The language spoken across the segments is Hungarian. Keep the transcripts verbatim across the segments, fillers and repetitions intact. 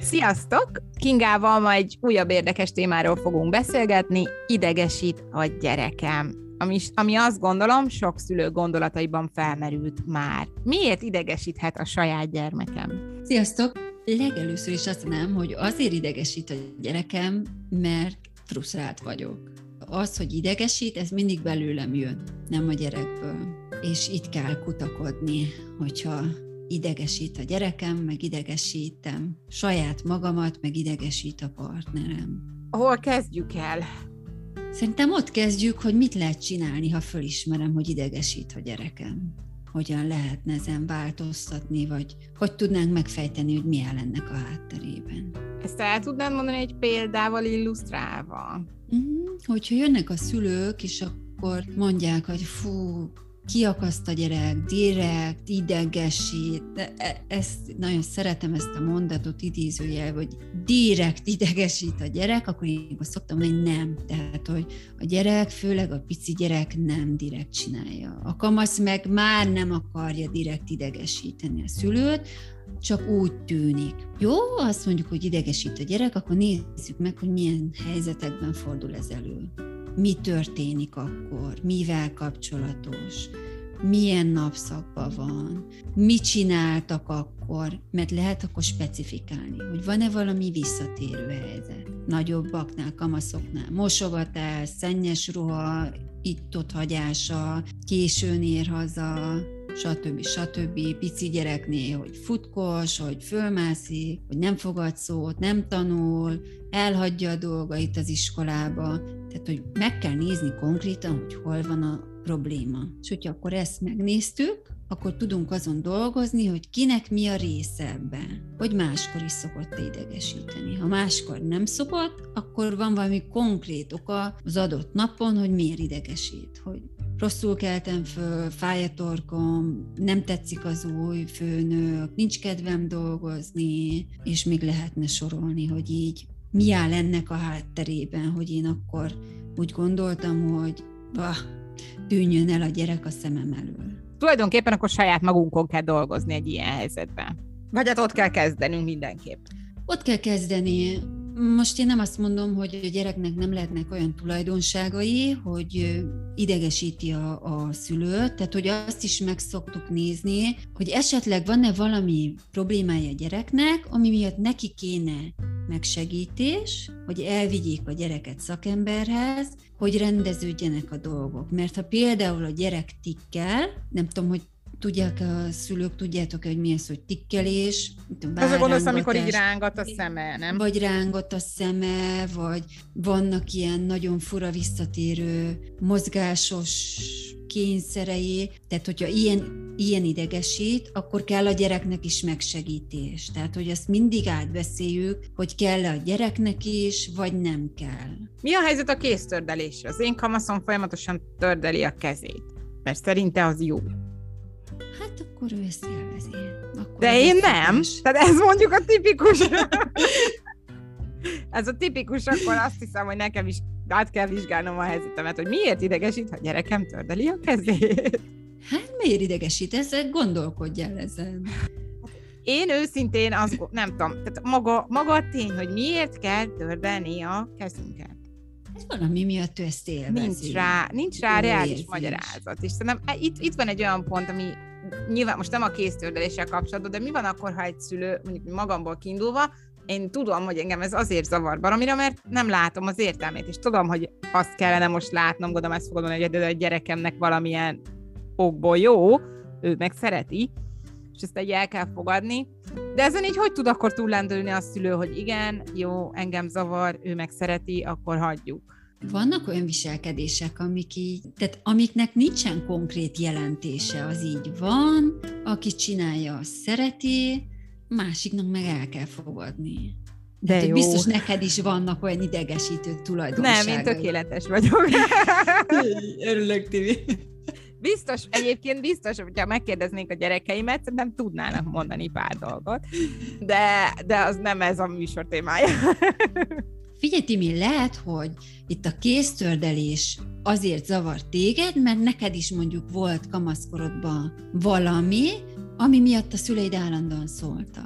Sziasztok! Kingával ma egy újabb érdekes témáról fogunk beszélgetni, idegesít a gyerekem. Ami, ami azt gondolom, sok szülő gondolataiban felmerült már. Miért idegesíthet a saját gyermekem? Sziasztok! Legelőször is azt mondanám, hogy azért idegesít a gyerekem, mert frusztrált vagyok. Az, hogy idegesít, ez mindig belőlem jön, nem a gyerekből. És itt kell kutakodni, hogyha idegesít a gyerekem, meg idegesítem saját magamat, meg idegesít a partnerem. Hol kezdjük el? Szerintem ott kezdjük, hogy mit lehet csinálni, ha fölismerem, hogy idegesít a gyerekem. Hogyan lehetne ezen változtatni, vagy hogy tudnánk megfejteni, hogy mi áll ennek a hátterében. Ezt el tudnád mondani egy példával illusztrálva? Uh-huh. Hogyha jönnek a szülők, és akkor mondják, hogy fú, kiakaszt a gyerek, direkt, idegesít. De ezt, nagyon szeretem ezt a mondatot idézőjel, hogy direkt idegesít a gyerek, akkor én szoktam mondani, hogy nem. Tehát, hogy a gyerek, főleg a pici gyerek nem direkt csinálja. A kamasz meg már nem akarja direkt idegesíteni a szülőt, csak úgy tűnik. Jó, azt mondjuk, hogy idegesít a gyerek, akkor nézzük meg, hogy milyen helyzetekben fordul ez elő. Mi történik akkor, mivel kapcsolatos, milyen napszakban van, mit csináltak akkor, mert lehet akkor specifikálni, hogy van-e valami visszatérő helyzet. Nagyobbaknál, kamaszoknál mosogatás, szennyes ruha, itt-ott hagyása, későn ér haza, stb. stb. Pici gyereknél, hogy futkos, hogy fölmászik, hogy nem fogad szót, nem tanul, elhagyja a dolgait az iskolába. Tehát, hogy meg kell nézni konkrétan, hogy hol van a probléma. És hogyha akkor ezt megnéztük, akkor tudunk azon dolgozni, hogy kinek mi a része ebben. Hogy máskor is szokott idegesíteni. Ha máskor nem szokott, akkor van valami konkrét oka az adott napon, hogy miért idegesít. Hogy rosszul keltem föl, fáj a torkom, nem tetszik az új főnök, nincs kedvem dolgozni, és még lehetne sorolni, hogy így mi áll ennek a hátterében, hogy én akkor úgy gondoltam, hogy bah, tűnjön el a gyerek a szemem elől. Tulajdonképpen akkor saját magunkon kell dolgozni egy ilyen helyzetben. Vagy hát ott kell kezdenünk mindenképp. Ott kell kezdeni. Most én nem azt mondom, hogy a gyereknek nem lehetnek olyan tulajdonságai, hogy idegesíti a, a szülőt, tehát hogy azt is meg szoktuk nézni, hogy esetleg van-e valami problémája a gyereknek, ami miatt neki kéne megsegítés, hogy elvigyék a gyereket szakemberhez, hogy rendeződjenek a dolgok. Mert ha például a gyerek tikkel, nem tudom, hogy tudják a szülők, tudjátok, hogy mi az, hogy tikkelés? Azra gondolsz, amikor így rángat a szeme, nem? Vagy rángat a szeme, vagy vannak ilyen nagyon fura visszatérő mozgásos kényszerei. Tehát, hogyha ilyen, ilyen idegesít, akkor kell a gyereknek is megsegítés. Tehát, hogy ezt mindig átbeszéljük, hogy kell a gyereknek is, vagy nem kell. Mi a helyzet a kéztördelésre? Az én kamaszom folyamatosan tördeli a kezét. Mert szerinte az jó. Hát akkor ő ezt élvezi. Akkor de én nem. Tehát ez mondjuk a tipikus. Ez a tipikus, akkor azt hiszem, hogy nekem is át kell vizsgálnom a helyzetemet, hogy miért idegesít, ha gyerekem tördeli a kezét. Hát miért idegesít? Ezzel gondolkodjál ezen. Én őszintén azt, nem tudom, tehát maga, maga a tény, hogy miért kell tördelni a kezünket. Ez valami miatt ő ezt élvezi. Nincs rá, nincs rá reális érzés. magyarázat. És szerintem itt, itt van egy olyan pont, ami nyilván most nem a kéztördeléssel kapcsolatban, de mi van akkor, ha egy szülő, mondjuk magamból kiindulva, én tudom, hogy engem ez azért zavar baromira, mert nem látom az értelmét, és tudom, hogy azt kellene most látnom, gondolom ezt fogod mondani, hogy a gyerekemnek valamilyen okból jó, ő meg szereti, és ezt egy el kell fogadni. De ezen így hogy tud akkor túllendülni a szülő, hogy igen, jó, engem zavar, ő meg szereti, akkor hagyjuk. Vannak olyan viselkedések, amik így, tehát amiknek nincsen konkrét jelentése, az így van, aki csinálja, azt szereti, másiknak meg el kell fogadni. De hát, jó. Biztos neked is vannak olyan idegesítő tulajdonságai. Nem, én tökéletes vagyok. Örülök, Tibi. Biztos, egyébként biztos, hogyha megkérdeznénk a gyerekeimet, szerintem tudnának mondani pár dolgot, de, de az nem ez a műsor témája. Figyelj, Timi, lehet, hogy itt a kéztördelés azért zavar téged, mert neked is mondjuk volt kamaszkorodban valami, ami miatt a szüleid állandóan szóltak.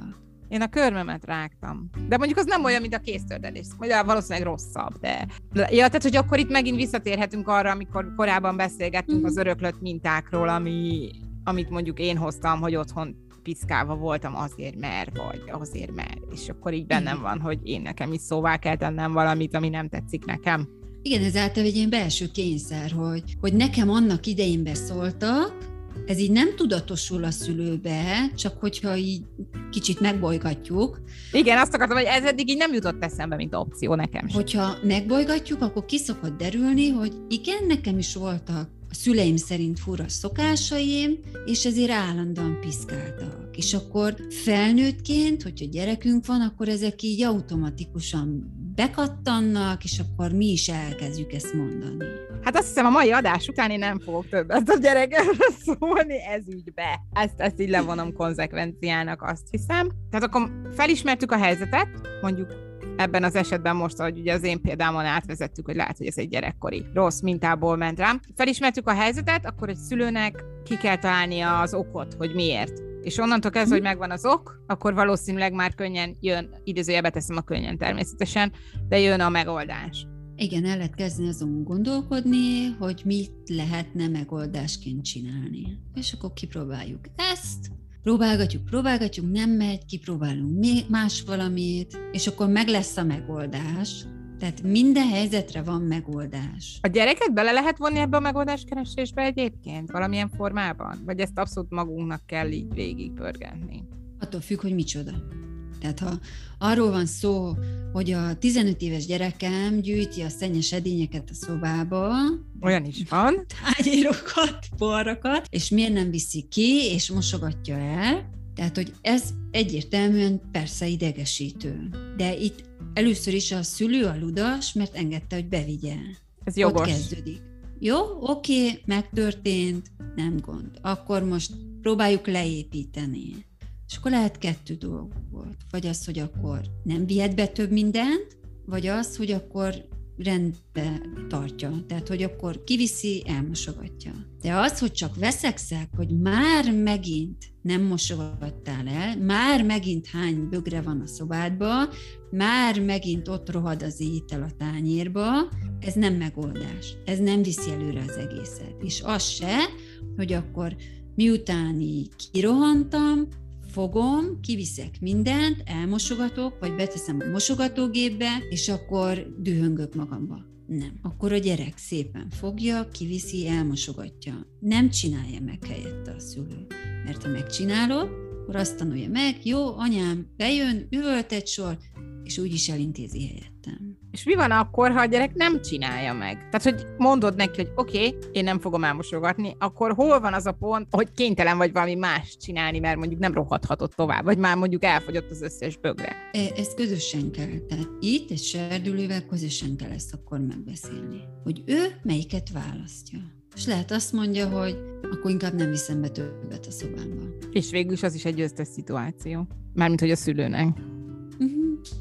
Én a körmömet rágtam. De mondjuk az nem olyan, mint a kéztördelés. Valószínűleg rosszabb, de... Ja, tehát, hogy akkor itt megint visszatérhetünk arra, amikor korábban beszélgettünk az öröklött mintákról, ami, amit mondjuk én hoztam, hogy otthon piszkálva voltam azért, mert, vagy azért, mert. És akkor így bennem van, hogy én nekem is szóvá kell tennem valamit, ami nem tetszik nekem. Igen, ez általában egy ilyen belső kényszer, hogy, hogy nekem annak idején beszóltak, ez így nem tudatosul a szülőbe, csak hogyha így kicsit megbolygatjuk. Igen, azt akartam, hogy ez eddig így nem jutott eszembe, mint opció nekem sem. Hogyha megbolygatjuk, akkor ki szokott derülni, hogy igen, nekem is voltak a szüleim szerint fura szokásaim, és ezért állandóan piszkáltak. És akkor felnőttként, hogyha gyerekünk van, akkor ezek így automatikusan bekattannak, és akkor mi is elkezdjük ezt mondani. Hát azt hiszem, a mai adás után én nem fogok többet a gyerekemre szólni ez ügybe. Ezt, ezt így levonom konzekvenciának, azt hiszem. Tehát akkor felismertük a helyzetet, mondjuk ebben az esetben most, ahogy ugye az én példámon átvezettük, hogy lehet, hogy ez egy gyerekkori rossz mintából ment rám. Felismertük a helyzetet, akkor egy szülőnek ki kell találnia az okot, hogy miért. És onnantól kezdve, hogy megvan az ok, akkor valószínűleg már könnyen jön, idézőjelbe teszem a könnyen természetesen, de jön a megoldás. Igen, el lehet kezdeni azon gondolkodni, hogy mit lehetne megoldásként csinálni. És akkor kipróbáljuk ezt, próbálgatjuk, próbálgatjuk, nem megy, kipróbálunk még más valamit, és akkor meg lesz a megoldás. Tehát minden helyzetre van megoldás. A gyereket bele lehet vonni ebbe a megoldáskeresésbe egyébként? Valamilyen formában? Vagy ezt abszolút magunknak kell így végigpörgetni? Attól függ, hogy micsoda. Tehát ha arról van szó, hogy a tizenöt éves gyerekem gyűjti a szennyes edényeket a szobába, olyan is van, tányérokat, porrakat, és miért nem viszi ki, és mosogatja el, tehát, hogy ez egyértelműen persze idegesítő. De itt először is a szülő a ludas, mert engedte, hogy bevigye. Ez jogos. Ott kezdődik. Jó, oké, megtörtént, nem gond. Akkor most próbáljuk leépíteni. És akkor lehet kettő dolog volt. Vagy az, hogy akkor nem vihet be több mindent, vagy az, hogy akkor rendbe tartja. Tehát, hogy akkor kiviszi, elmosogatja. De az, hogy csak veszekszek, hogy már megint nem mosogattál el, már megint hány bögre van a szobádba, már megint ott rohad az étel a tányérba, ez nem megoldás. Ez nem viszi előre az egészet. És az se, hogy akkor miután így kirohantam, fogom, kiviszek mindent, elmosogatok, vagy beteszem a mosogatógépbe, és akkor dühöngök magamba. Nem. Akkor a gyerek szépen fogja, kiviszi, elmosogatja. Nem csinálja meg helyette a szülő. Mert ha megcsinálod, akkor azt tanulja meg, jó, anyám bejön, üvölt egy sor, és úgyis elintézi helyettem. És mi van akkor, ha a gyerek nem csinálja meg? Tehát, hogy mondod neki, hogy oké, okay, én nem fogom elmosogatni, akkor hol van az a pont, hogy kénytelen vagy valami más csinálni, mert mondjuk nem rohadhatott tovább, vagy már mondjuk elfogyott az összes bögre. E- ezt közösen kell. Tehát itt egy serdülővel közösen kell ezt akkor megbeszélni. Hogy ő melyiket választja. És lehet azt mondja, hogy akkor inkább nem viszem be többet a szobámba. És végül is az is egy győztes szituáció. Mármint, hogy a szülőnek. Uh-huh.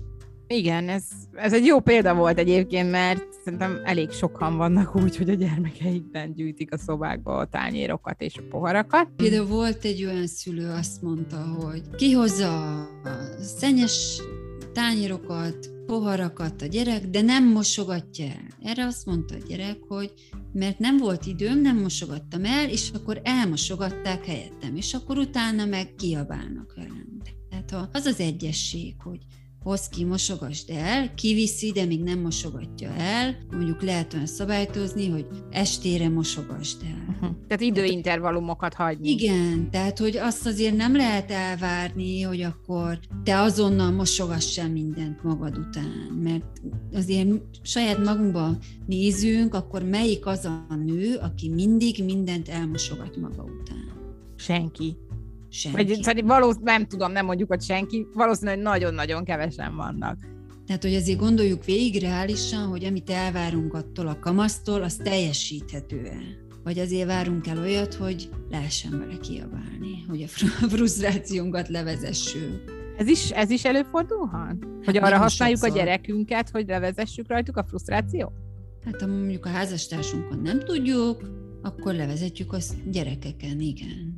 Igen, ez, ez egy jó példa volt egyébként, mert szerintem elég sokan vannak úgy, hogy a gyermekeikben gyűjtik a szobákba a tányérokat és a poharakat. Például volt egy olyan szülő, azt mondta, hogy kihozza a szennyes tányérokat, poharakat a gyerek, de nem mosogatja el. Erre azt mondta a gyerek, hogy mert nem volt időm, nem mosogattam el, és akkor elmosogatták helyettem, és akkor utána meg kiabálnak velem. Tehát ha az az egyesség, hogy hozd ki, mosogasd el, kiviszi, de még nem mosogatja el. Mondjuk lehet olyan szabálytozni, hogy estére mosogasd el. Uh-huh. Tehát időintervallumokat hagyni. Igen, tehát hogy azt azért nem lehet elvárni, hogy akkor te azonnal mosogass el mindent magad után, mert azért saját magunkba nézünk, akkor melyik az a nő, aki mindig mindent elmosogat maga után? Senki. Senki. Vagy valószínűleg, nem tudom, nem mondjuk, hogy senki, valószínűleg nagyon-nagyon kevesen vannak. Tehát, hogy azért gondoljuk végig reálisan, hogy amit elvárunk attól a kamasztól, az teljesíthető-e. Vagy azért várunk el olyat, hogy lehessen vele kiabálni, hogy a frusztrációnkat levezessük. Ez is, ez is előfordulhat? Hogy arra nagyon használjuk sokszor. a gyerekünket, hogy levezessük rajtuk a frusztrációt? Hát ha mondjuk a házastársunkon nem tudjuk, akkor levezetjük a gyerekeken, igen.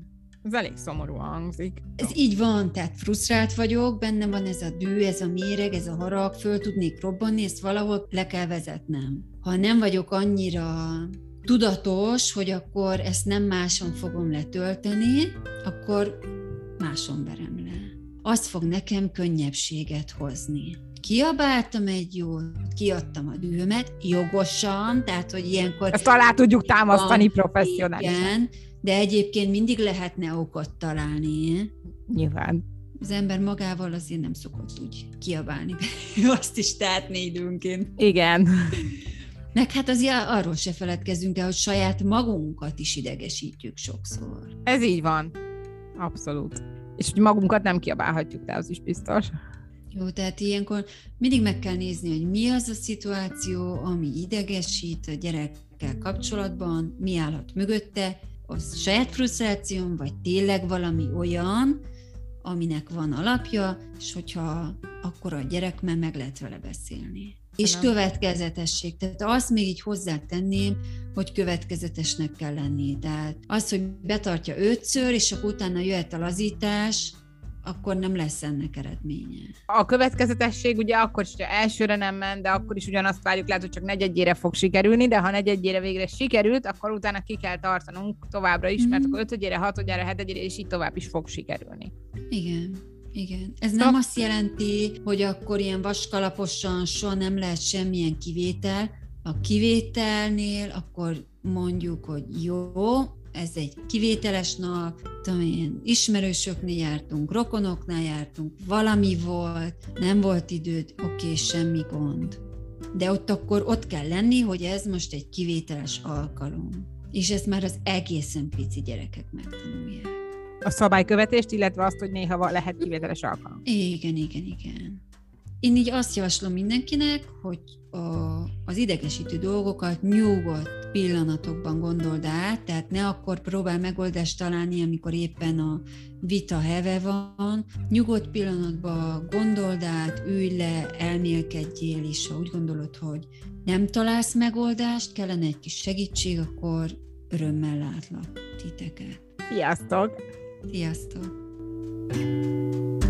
Ez elég szomorúan hangzik. Ez így van, tehát frusztrált vagyok, bennem van ez a dű, ez a méreg, ez a harag, föl tudnék robbanni, ezt valahol le kell vezetnem. Ha nem vagyok annyira tudatos, hogy akkor ezt nem máson fogom letölteni, akkor máson verem le. Az fog nekem könnyebbséget hozni. Kiabáltam egy jót, kiadtam a dühömet, jogosan, tehát, hogy ilyenkor... Ezt alá tudjuk támasztani professzionálisan. Igen, de egyébként mindig lehetne okot találni. Nyilván. Az ember magával azért nem szokott úgy kiabálni. Azt is tehetné időnként. Igen. Meg hát azért arról se feledkezzünk el, hogy saját magunkat is idegesítjük sokszor. Ez így van. Abszolút. És hogy magunkat nem kiabálhatjuk, de az is biztos. Jó, tehát ilyenkor mindig meg kell nézni, hogy mi az a szituáció, ami idegesít a gyerekkel kapcsolatban, mi állhat mögötte, az saját frusztrációm, vagy tényleg valami olyan, aminek van alapja, és hogyha akkor a gyerek, mert meg lehet vele beszélni. És következetesség. Tehát azt még így hozzátenném, hogy következetesnek kell lenni. Tehát az, hogy betartja ötször, és akkor utána jöhet a lazítás, akkor nem lesz ennek eredménye. A következetesség ugye akkor is, hogyha elsőre nem ment, de akkor is ugyanazt várjuk, lehet, hogy csak negyedjére fog sikerülni, de ha negyedjére végre sikerült, akkor utána ki kell tartanunk továbbra is, mm-hmm. mert akkor ötödjére, hatodjára, hetedjére, és így tovább is fog sikerülni. Igen. Igen. Ez nem azt jelenti, hogy akkor ilyen vaskalaposan soha nem lehet semmilyen kivétel. A kivételnél akkor mondjuk, hogy jó, ez egy kivételes nap, tudom én, ismerősöknél jártunk, rokonoknál jártunk, valami volt, nem volt időd, oké, semmi gond. De ott akkor ott kell lenni, hogy ez most egy kivételes alkalom. És ezt már az egészen pici gyerekek megtanulják. A szabálykövetést, illetve azt, hogy néha lehet kivételes alkalom. Igen, igen, igen. Én így azt javaslom mindenkinek, hogy a, az idegesítő dolgokat nyugodt pillanatokban gondold át, tehát ne akkor próbál megoldást találni, amikor éppen a vita heve van. Nyugodt pillanatban gondold át, ülj le, elmélkedjél, és ha úgy gondolod, hogy nem találsz megoldást, kellene egy kis segítség, akkor örömmel látlak titeket. Sziasztok! Sziasztok!